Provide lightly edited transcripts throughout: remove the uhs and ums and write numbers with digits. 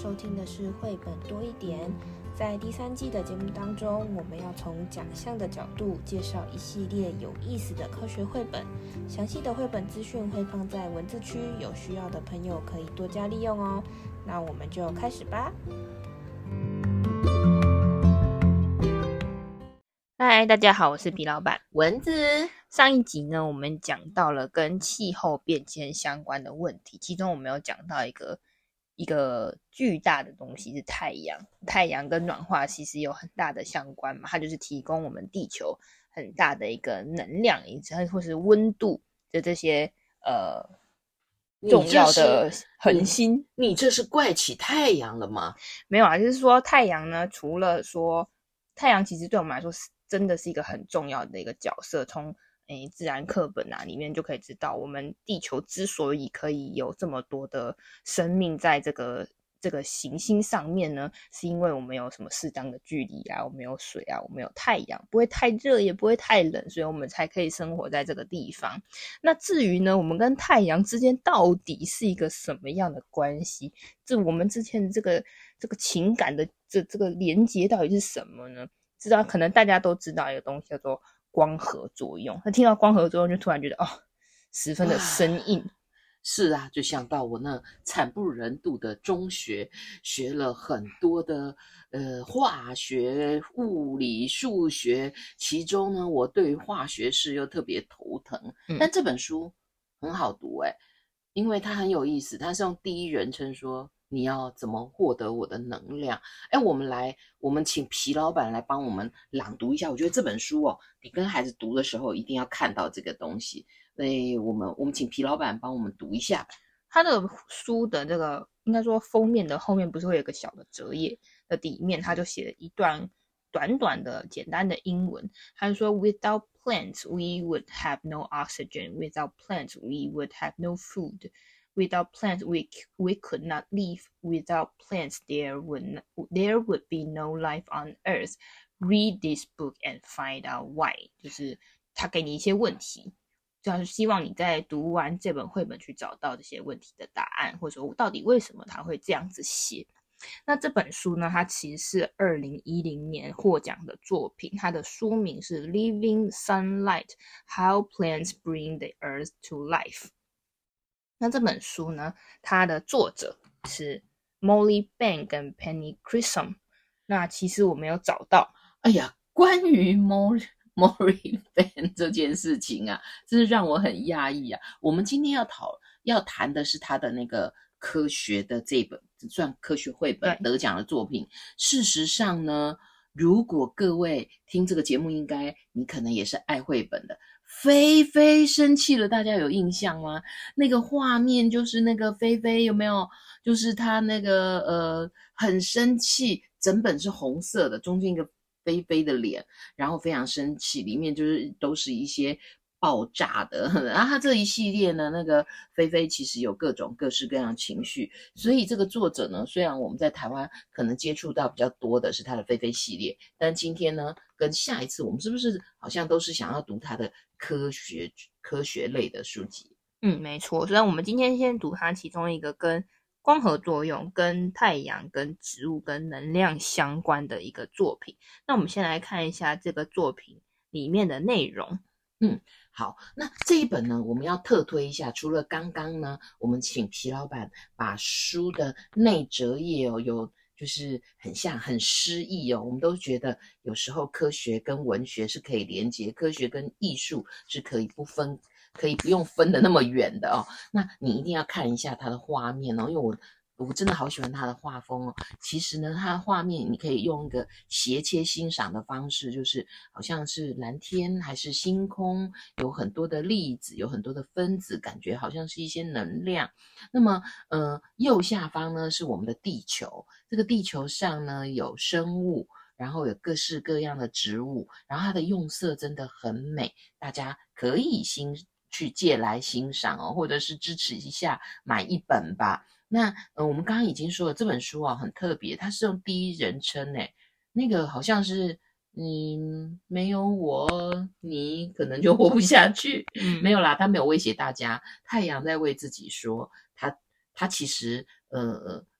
收听的是绘本多一点。在第3季的节目当中，我们要从奖项的角度介绍一系列有意思的科学绘本。详细的绘本资讯会放在文字区，有需要的朋友可以多加利用哦。那我们就开始吧。嗨，大家好，我是皮老板蚊子。 上一集呢，我们讲到了跟气候变迁相关的问题，其中我们有讲到一个巨大的东西是太阳。太阳跟暖化其实有很大的相关嘛，它就是提供我们地球很大的一个能量，或是温度的这些重要的恒星。 你这是怪起太阳了吗？ 没有啊，就是说太阳呢，除了说太阳其实对我们来说真的是一个很重要的一个角色，从自然课本里面就可以知道，我们地球之所以可以有这么多的生命在这个行星上面呢，是因为我们有什么适当的距离啊，我们有水啊，我们有太阳，不会太热也不会太冷，所以我们才可以生活在这个地方。那至于呢，我们跟太阳之间到底是一个什么样的关系，这我们之前的这个情感的这个连结到底是什么呢？知道可能大家都知道一个东西叫做光合作用，那听到光合作用就突然觉得十分的生硬。 是啊，就想到我那惨不忍睹的中学，学了很多的化学、物理、数学，其中呢，我对于化学式又特别头疼。但这本书很好读因为它很有意思，它是用第一人称说你要怎么获得我的能量。我们请皮老板来帮我们朗读一下。我觉得这本书你跟孩子读的时候一定要看到这个东西。我们请皮老板帮我们读一下。 他的书的这个应该说封面的后面不是会有一个小的折页的底面，他就写了一段短短的简单的英文，他就说 Without plants we would have no oxygen, without plants we would have no food, without plants we could not live, without plants there would be no life on earth. Read this book and find out why. 就是他给你一些问题，就是希望你在读完这本绘本去找到这些问题的答案，或者说到底为什么他会这样子写。那这本书呢，它其实是2010年获奖的作品，它的书名是 Living Sunlight: How Plants Bring the Earth to Life。 那这本书呢，它的作者是 Molly Bang 跟 Penny Chisholm。 那其实我没有找到关于 Molly Bang 这件事情真是让我很讶异我们今天要谈的是他的那个科学的这本算科学绘本得奖的作品。事实上呢，如果各位听这个节目，应该你可能也是爱绘本的。菲菲生气了，大家有印象吗？那个画面就是那个菲菲有没有，就是他那个很生气，整本是红色的，中间一个菲菲的脸，然后非常生气，里面就是都是一些爆炸的。然后他这一系列呢，那个菲菲其实有各式各样的情绪，所以这个作者呢，虽然我们在台湾可能接触到比较多的是他的菲菲系列，但今天呢，跟下一次我们是不是好像都是想要读他的科学类的书籍？ 没错。所以我们今天先读他其中一个跟光合作用、跟太阳、跟植物、跟能量相关的一个作品。那我们先来看一下这个作品里面的内容。 好，那这一本呢，我们要特推一下。除了刚刚呢，我们请皮老板把书的内折页有就是很诗意我们都觉得有时候科学跟文学是可以连结，科学跟艺术是可以不用分的那么远的那你一定要看一下它的画面因为我真的好喜欢他的画风其实呢，他的画面你可以用一个斜切欣赏的方式，就是好像是蓝天还是星空，有很多的粒子，有很多的分子，感觉好像是一些能量。那么右下方呢是我们的地球，这个地球上呢有生物，然后有各式各样的植物，然后它的用色真的很美，大家可以去借来欣赏或者是支持一下，买一本吧。那我们刚刚已经说了，这本书很特别，它是用第一人称那个好像是你没有我，你可能就活不下去。没有啦，他没有威胁大家，太阳在为自己说，他其实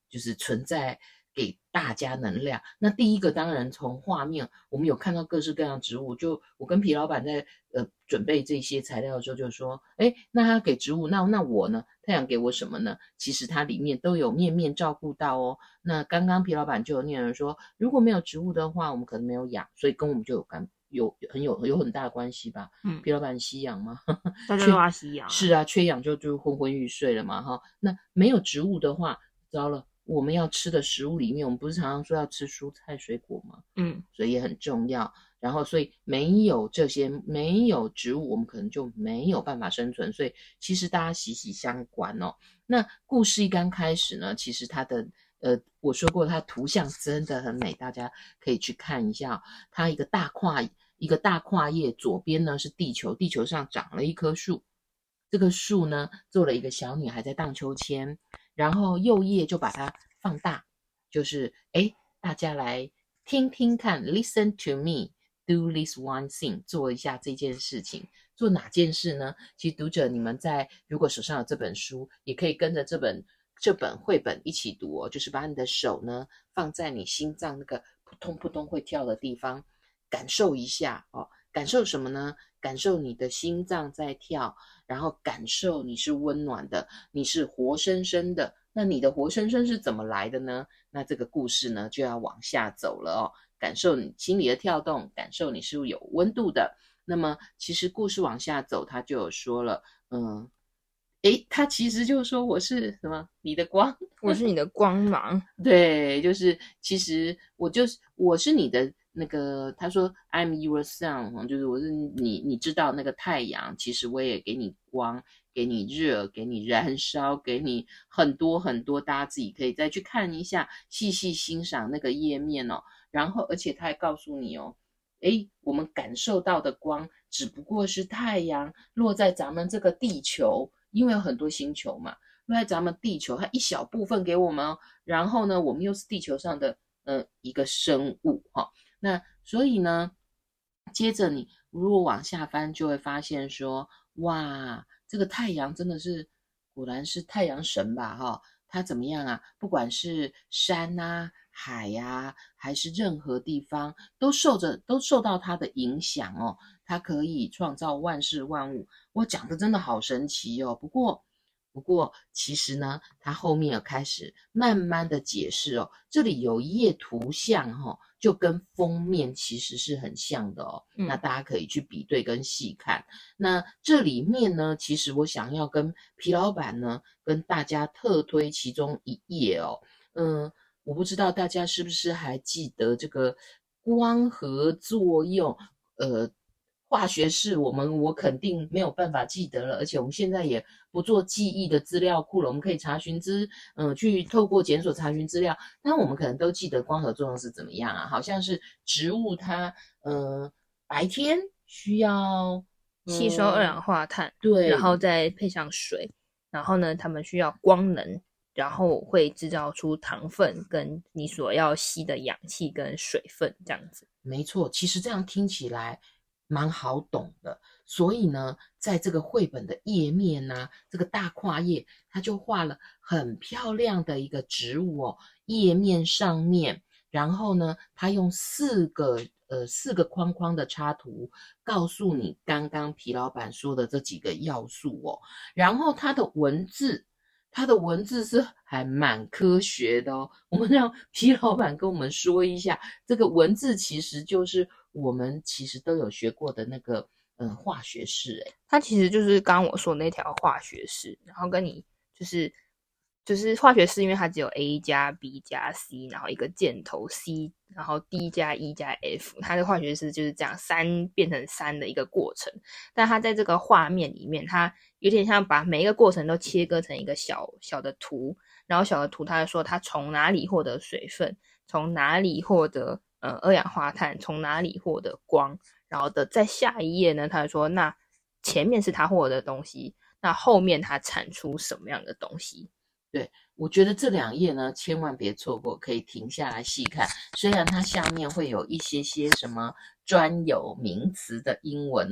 就是存在给大家能量。那第一个当然从画面，我们有看到各式各样的植物，就我跟皮老板在准备这些材料的时候就说，那他给植物，那我呢？太阳给我什么呢？其实它里面都有面面照顾到哦。那刚刚皮老板就有念人说，如果没有植物的话，我们可能没有氧，所以跟我们就有很大的关系吧。皮老板吸氧吗？ 大家都要吸氧是啊，缺氧就昏昏欲睡了嘛哈。那没有植物的话，糟了，我们要吃的食物里面，我们不是常常说要吃蔬菜水果吗？所以也很重要。然后所以没有植物，我们可能就没有办法生存。所以其实大家息息相关哦。那故事一刚开始呢，其实它的我说过它图像真的很美，大家可以去看一下。它一个大跨页，左边呢是地球，地球上长了一棵树，这个树呢做了一个小女孩在荡秋千，然后右页就把它放大，就是大家来听听看 ，listen to me do this one thing， 做一下这件事情。做哪件事呢？其实读者你们如果手上有这本书，也可以跟着这本绘本一起读哦，就是把你的手呢放在你心脏那个扑通扑通会跳的地方，感受一下哦。感受什么呢？感受你的心脏在跳，然后感受你是温暖的，你是活生生的。那你的活生生是怎么来的呢？那这个故事呢就要往下走了哦。感受你心里的跳动，感受你是有温度的。那么其实故事往下走，他就有说了，他其实就说我是什么？你的光， 我是你的光芒。 对，就是其实我是你的那个，他说 I'm your sun， 就是我是你知道那个太阳，其实我也给你光，给你热，给你燃烧，给你很多很多，大家自己可以再去看一下，细细欣赏那个页面哦。然后而且他还告诉你哦，我们感受到的光只不过是太阳落在咱们这个地球，因为有很多星球嘛，落在咱们地球，它一小部分给我们哦。然后呢，我们又是地球上的一个生物哈。那所以呢，接着你如果往下翻，就会发现说，哇，这个太阳真的是果然是太阳神吧哈。它怎么样啊？不管是山啊、海啊，还是任何地方，都受到它的影响哦。它可以创造万事万物。我讲的真的好神奇哦。不过其实呢，它后面有开始慢慢的解释哦。这里有一页图像哦，就跟封面其实是很像的哦。那大家可以去比对跟细看。那这里面呢，其实我想要跟皮老板呢，跟大家特推其中一页哦。我不知道大家是不是还记得这个光合作用，化学式我肯定没有办法记得了，而且我们现在也不做记忆的资料库了，我们可以查询去透过检索查询资料。那我们可能都记得光合作用是怎么样啊？好像是植物它白天需要吸收二氧化碳， 对， 然后再配上水，然后呢，它们需要光能，然后会制造出糖分跟你所要吸的氧气跟水分这样子。 没错，其实这样听起来蛮好懂的。所以呢，在这个绘本的页面啊，这个大跨页，它就画了很漂亮的一个植物哦，页面上面，然后呢，它用四个框框的插图，告诉你刚刚皮老板说的这几个要素哦。然后它的文字是还蛮科学的哦。我们让皮老板跟我们说一下，这个文字其实就是我们其实都有学过的那个化学式。 它其实就是刚刚我说的那条化学式，然后跟你就是化学式，因为它只有 A 加 B 加 C， 然后一个箭头 C， 然后 D 加 E 加 F， 它的化学式就是这样3变成3的一个过程。但它在这个画面里面，它有点像把每一个过程都切割成一个小小的图，然后小的图它就说它从哪里获得水分，从哪里获得二氧化碳，从哪里获得光，然后在下一页呢，他就说那前面是他获得的东西，那后面他产出什么样的东西。 对，我觉得这2页呢，千万别错过，可以停下来细看。虽然它下面会有一些什么专有名词的英文哦，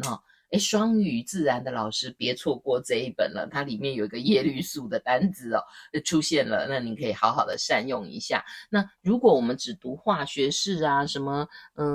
双语自然的老师别错过这一本了，它里面有一个叶绿素的单字出现了，那你可以好好的善用一下。那如果我们只读化学式啊，什么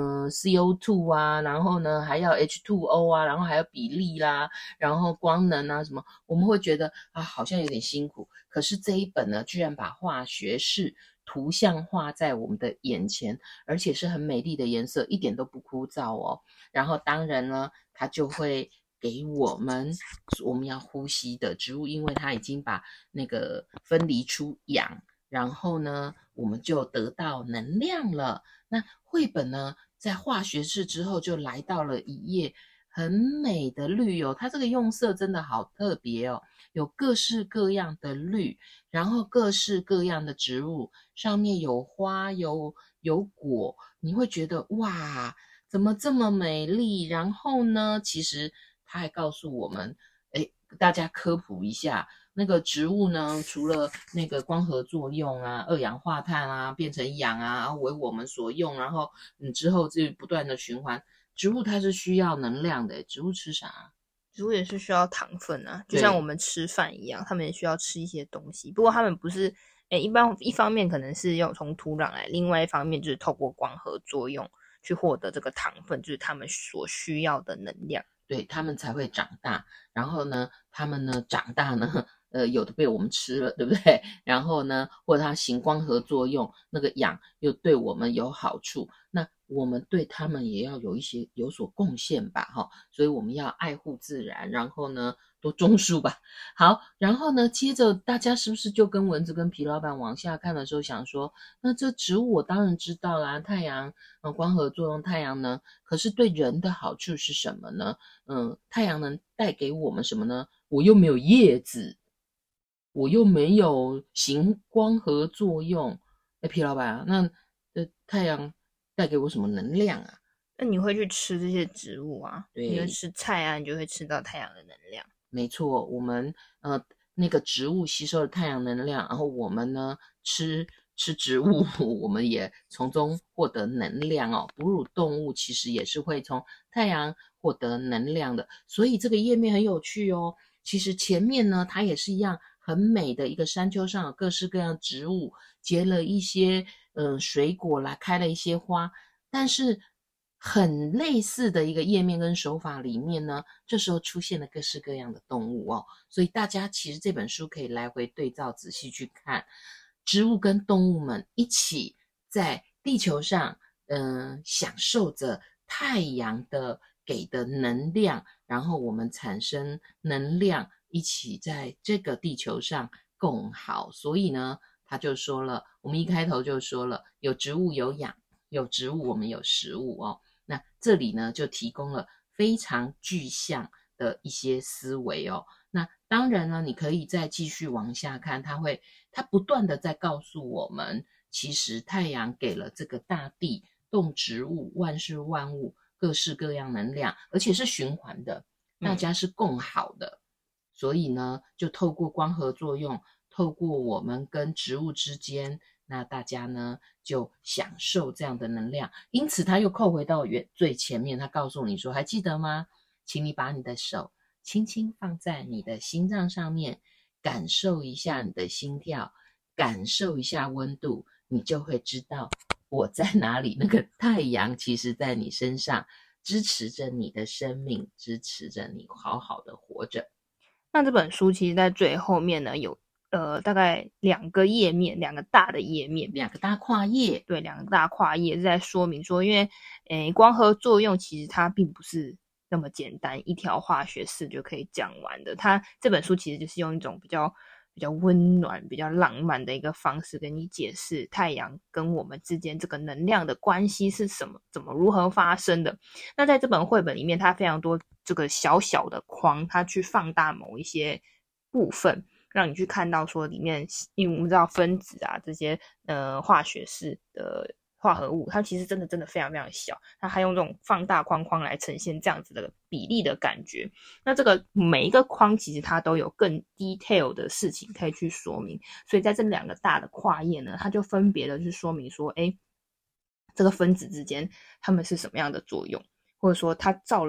CO2 啊，然后呢还要 H2O 啊，然后还有比例啦，然后光能啊什么，我们会觉得好像有点辛苦。可是这一本呢，居然把化学式图像化在我们的眼前，而且是很美丽的颜色，一点都不枯燥然后当然呢，它就会给我们要呼吸的植物，因为它已经把那个分离出氧，然后呢，我们就得到能量了。那绘本呢，在化学式之后就来到了一页很美的绿它这个用色真的好特别有各式各样的绿，然后各式各样的植物，上面有花有果，你会觉得哇，怎么这么美丽？然后呢，其实他还告诉我们，大家科普一下，那个植物呢，除了那个光合作用啊，二氧化碳啊变成氧啊，为我们所用，然后之后就不断的循环。植物它是需要能量的，植物吃啥？ 植物也是需要糖分啊，就像我们吃饭一样，他们也需要吃一些东西。不过他们不是，一方面可能是用从土壤来，另外一方面就是透过光合作用去获得这个糖分，就是他们所需要的能量。 对，他们才会长大。然后呢，他们呢长大呢，有的被我们吃了，对不对？然后呢，或者它行光合作用，那个氧又对我们有好处，那我们对他们也要有所贡献吧，所以我们要爱护自然，然后呢，多种树吧。好，然后呢，接着大家是不是就跟蚊子跟皮老板往下看的时候想说，那这植物我当然知道啦，太阳光合作用，太阳能，可是对人的好处是什么呢？太阳能带给我们什么呢？我又没有叶子，我又没有行光合作用。皮老板那太阳带给我什么能量啊？ 那你会去吃这些植物啊？ 对， 你会吃菜啊，你就会吃到太阳的能量。 没错，我们那个植物吸收了太阳能量，然后我们呢吃植物，我们也从中获得能量哺乳动物其实也是会从太阳获得能量的，所以这个页面很有趣其实前面呢，它也是一样很美的一个山丘上有各式各样的植物，结了一些水果啦，开了一些花，但是很类似的一个页面跟手法里面呢，这时候出现了各式各样的动物所以大家其实这本书可以来回对照仔细去看，植物跟动物们一起在地球上享受着太阳的给的能量，然后我们产生能量，一起在这个地球上共好。所以呢，他就说了，我们一开头就说了，有植物有氧，有植物我们有食物那这里呢就提供了非常具象的一些思维那当然呢，你可以再继续往下看，它不断的在告诉我们，其实太阳给了这个大地、动植物、万事万物各式各样能量，而且是循环的，大家是共好的。所以呢，就透过光合作用，透过我们跟植物之间，那大家呢就享受这样的能量。因此他又扣回到最前面，他告诉你说，还记得吗？请你把你的手轻轻放在你的心脏上面，感受一下你的心跳，感受一下温度，你就会知道我在哪里。那个太阳其实在你身上，支持着你的生命，支持着你好好的活着。 那这本书其实在最后面呢，有大概2个页面，2个大的页面 ，2个大跨页。 对，2个大跨页是在说明说，因为光合作用其实它并不是那么简单，一条化学式就可以讲完的。它这本书其实就是用一种比较温暖、比较浪漫的一个方式跟你解释太阳跟我们之间这个能量的关系是什么，如何发生的。那在这本绘本里面，它非常多这个小小的框，它去放大某一些部分，让你去看到说里面，因为我们知道分子啊这些化学式的化合物，它其实真的非常非常小，它还用这种放大框框来呈现这样子的比例的感觉。那这个每一个框其实它都有更 detail 的事情可以去说明，所以在这2个大的跨页呢，它就分别的去说明说，这个分子之间它们是什么样的作用，或者说它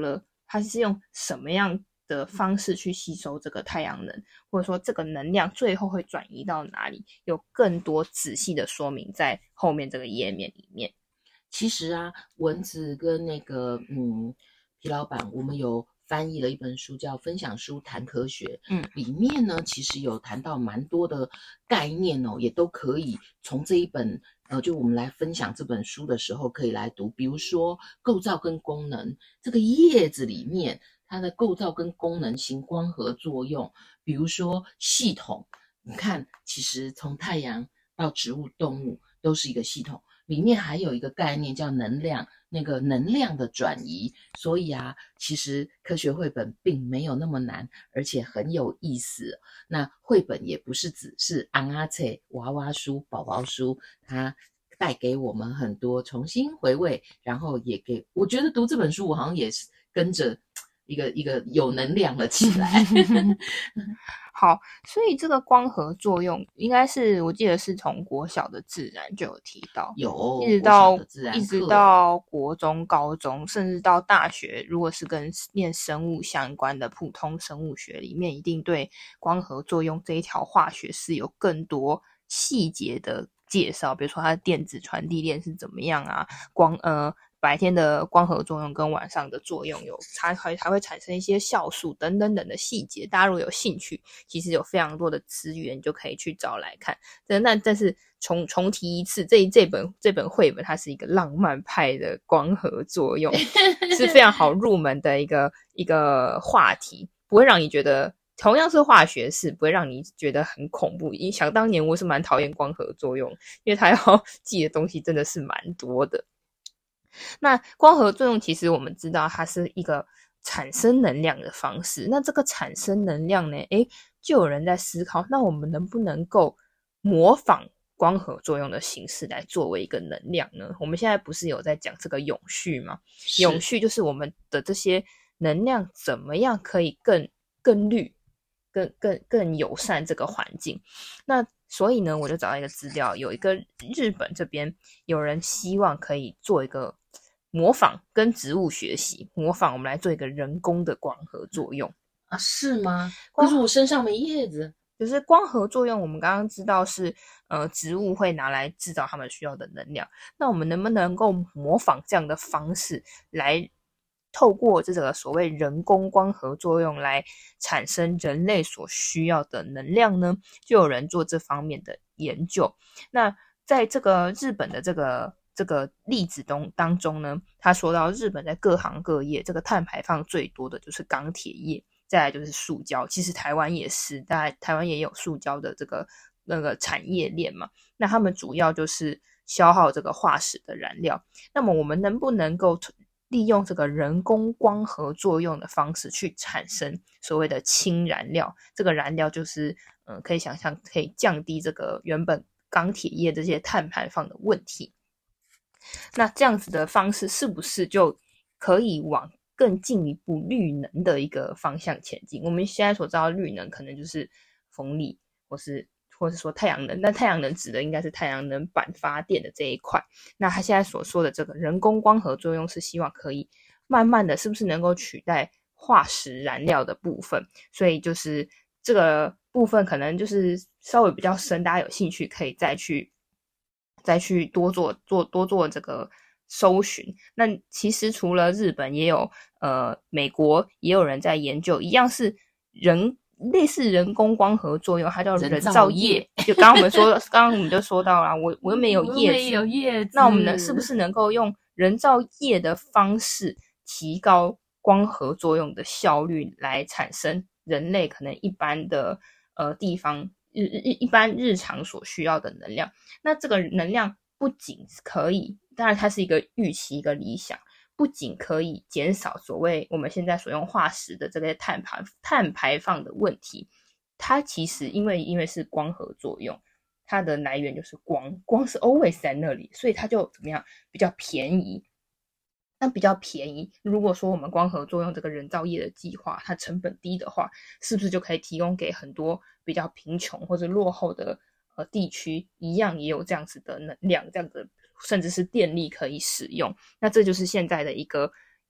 它是用什么样的方式去吸收这个太阳能，或者说这个能量最后会转移到哪里，有更多仔细的说明在后面这个页面里面。 其实啊，蚊子跟那个皮老板，我们有翻译了一本书叫《分享书谈科学》，里面呢其实有谈到蛮多的概念哦，也都可以从这一本就我们来分享这本书的时候可以来读，比如说构造跟功能，这个叶子里面它的构造跟功能行光合作用，比如说系统，你看其实从太阳到植物动物都是一个系统，里面还有一个概念叫能量，那个能量的转移。所以啊，其实科学绘本并没有那么难，而且很有意思。那绘本也不是只是安阿菜娃娃书、宝宝书，它带给我们很多重新回味，然后也给我觉得读这本书，我好像也是跟着一个有能量了起来。 好，所以这个光合作用应该是我记得是从国小的自然就有提到， 有一直到国中、高中，甚至到大学，如果是跟念生物相关的普通生物学里面，一定对光合作用这一条化学式有更多细节的介绍，比如说它的电子传递链是怎么样啊，白天的光合作用跟晚上的作用还会产生一些酵素等等等的细节，大家如果有兴趣，其实有非常多的资源就可以去找来看。但是重提一次，这本绘本它是一个浪漫派的光合作用，是非常好入门的一个话题，不会让你觉得同样是化学式，不会让你觉得很恐怖。想当年我是蛮讨厌光合作用，因为它要记的东西真的是蛮多的。那光合作用其实我们知道它是一个产生能量的方式，那这个产生能量呢，就有人在思考，那我们能不能够模仿光合作用的形式来作为一个能量呢？我们现在不是有在讲这个永续吗？永续就是我们的这些能量怎么样可以更绿更友善这个环境。那所以呢，我就找到一个资料，有一个日本这边有人希望可以做一个模仿，跟植物学习模仿，我们来做一个人工的光合作用啊？是吗？可是我身上没叶子。 就是光合作用，我们刚刚知道是植物会拿来制造他们需要的能量，那我们能不能够模仿这样的方式来透过这个所谓人工光合作用来产生人类所需要的能量呢？就有人做这方面的研究。那在这个日本的这个例子当中呢，他说到日本在各行各业这个碳排放最多的就是钢铁业，再来就是塑胶，其实台湾也是，台湾也有塑胶的那个产业链嘛。那他们主要就是消耗这个化石的燃料。那么我们能不能够利用这个人工光合作用的方式去产生所谓的氢燃料？这个燃料就是可以想象可以降低这个原本钢铁业这些碳排放的问题。那这样子的方式是不是就可以往更进一步绿能的一个方向前进？我们现在所知道的绿能可能就是风力或是说太阳能，但太阳能指的应该是太阳能板发电的这一块。那他现在所说的这个人工光合作用是希望可以慢慢的是不是能够取代化石燃料的部分，所以就是这个部分可能就是稍微比较深，大家有兴趣可以再去多做这个搜寻。那其实除了日本也有美国也有人在研究，一样是类似人工光合作用，它叫人造叶。就刚刚我们就说到了，我又没有叶子，那我们是不是能够用人造叶的方式提高光合作用的效率，来产生人类可能一般的地方一般日常所需要的能量？那这个能量不仅可以，当然它是一个预期一个理想，不仅可以减少所谓我们现在所用化石的这个碳排放的问题，它其实因为是光合作用，它的来源就是光是 always 在那里，所以它就怎么样比较便宜。那比较便宜，如果说我们光合作用这个人造业的计划它成本低的话，是不是就可以提供给很多比较贫穷或者落后的地区一样也有这样子的能量，这样子甚至是电力可以使用？那这就是现在的一个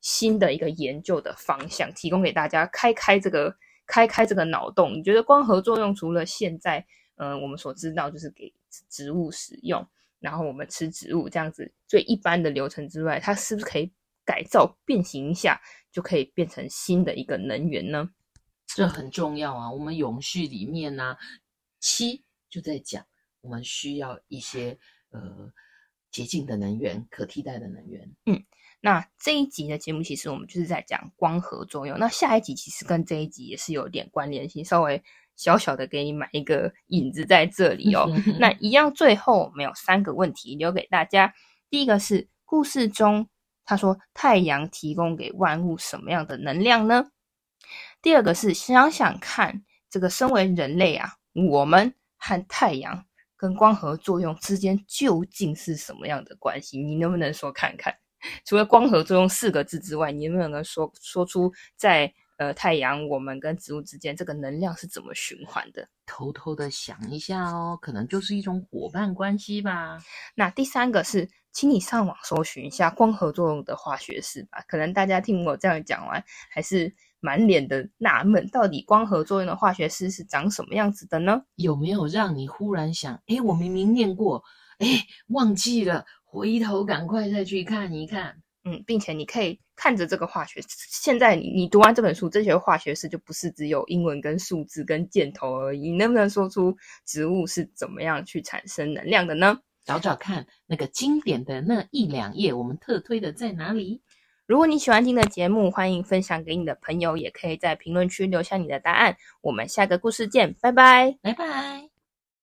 新的一个研究的方向，提供给大家开开这个脑洞。你觉得光合作用除了现在我们所知道就是给植物使用，然后我们吃植物这样子最一般的流程之外，它是不是可以改造变形一下，就可以变成新的一个能源呢？ 这很重要啊！我们永续里面呢，7就在讲我们需要一些洁净的能源、可替代的能源。 那这一集的节目其实我们就是在讲光合作用，那下一集其实跟这一集也是有点关联性，稍微小小的给你买一个引子在这里哦。那一样最后我们有3个问题留给大家。第一个是故事中他说太阳提供给万物什么样的能量呢？第二个是想想看，这个身为人类啊，我们和太阳跟光合作用之间究竟是什么样的关系？你能不能说看看？除了光合作用4个字之外，你能不能说出在太阳我们跟植物之间这个能量是怎么循环的？ 偷偷的想一下哦，可能就是一种伙伴关系吧。 那第3个是请你上网搜寻一下光合作用的化学式吧。可能大家听我这样讲完还是满脸的纳闷，到底光合作用的化学式是长什么样子的呢？ 有没有让你忽然想，我明明念过，忘记了，回头赶快再去看一看。 并且你可以看着这个化学，现在你读完这本书，这些化学式就不是只有英文跟数字跟箭头而已。你能不能说出植物是怎么样去产生能量的呢？ 找找看那个经典的那1、2页，我们特推的在哪里？ 如果你喜欢听的节目，欢迎分享给你的朋友，也可以在评论区留下你的答案。我们下个故事见，拜拜， 拜拜。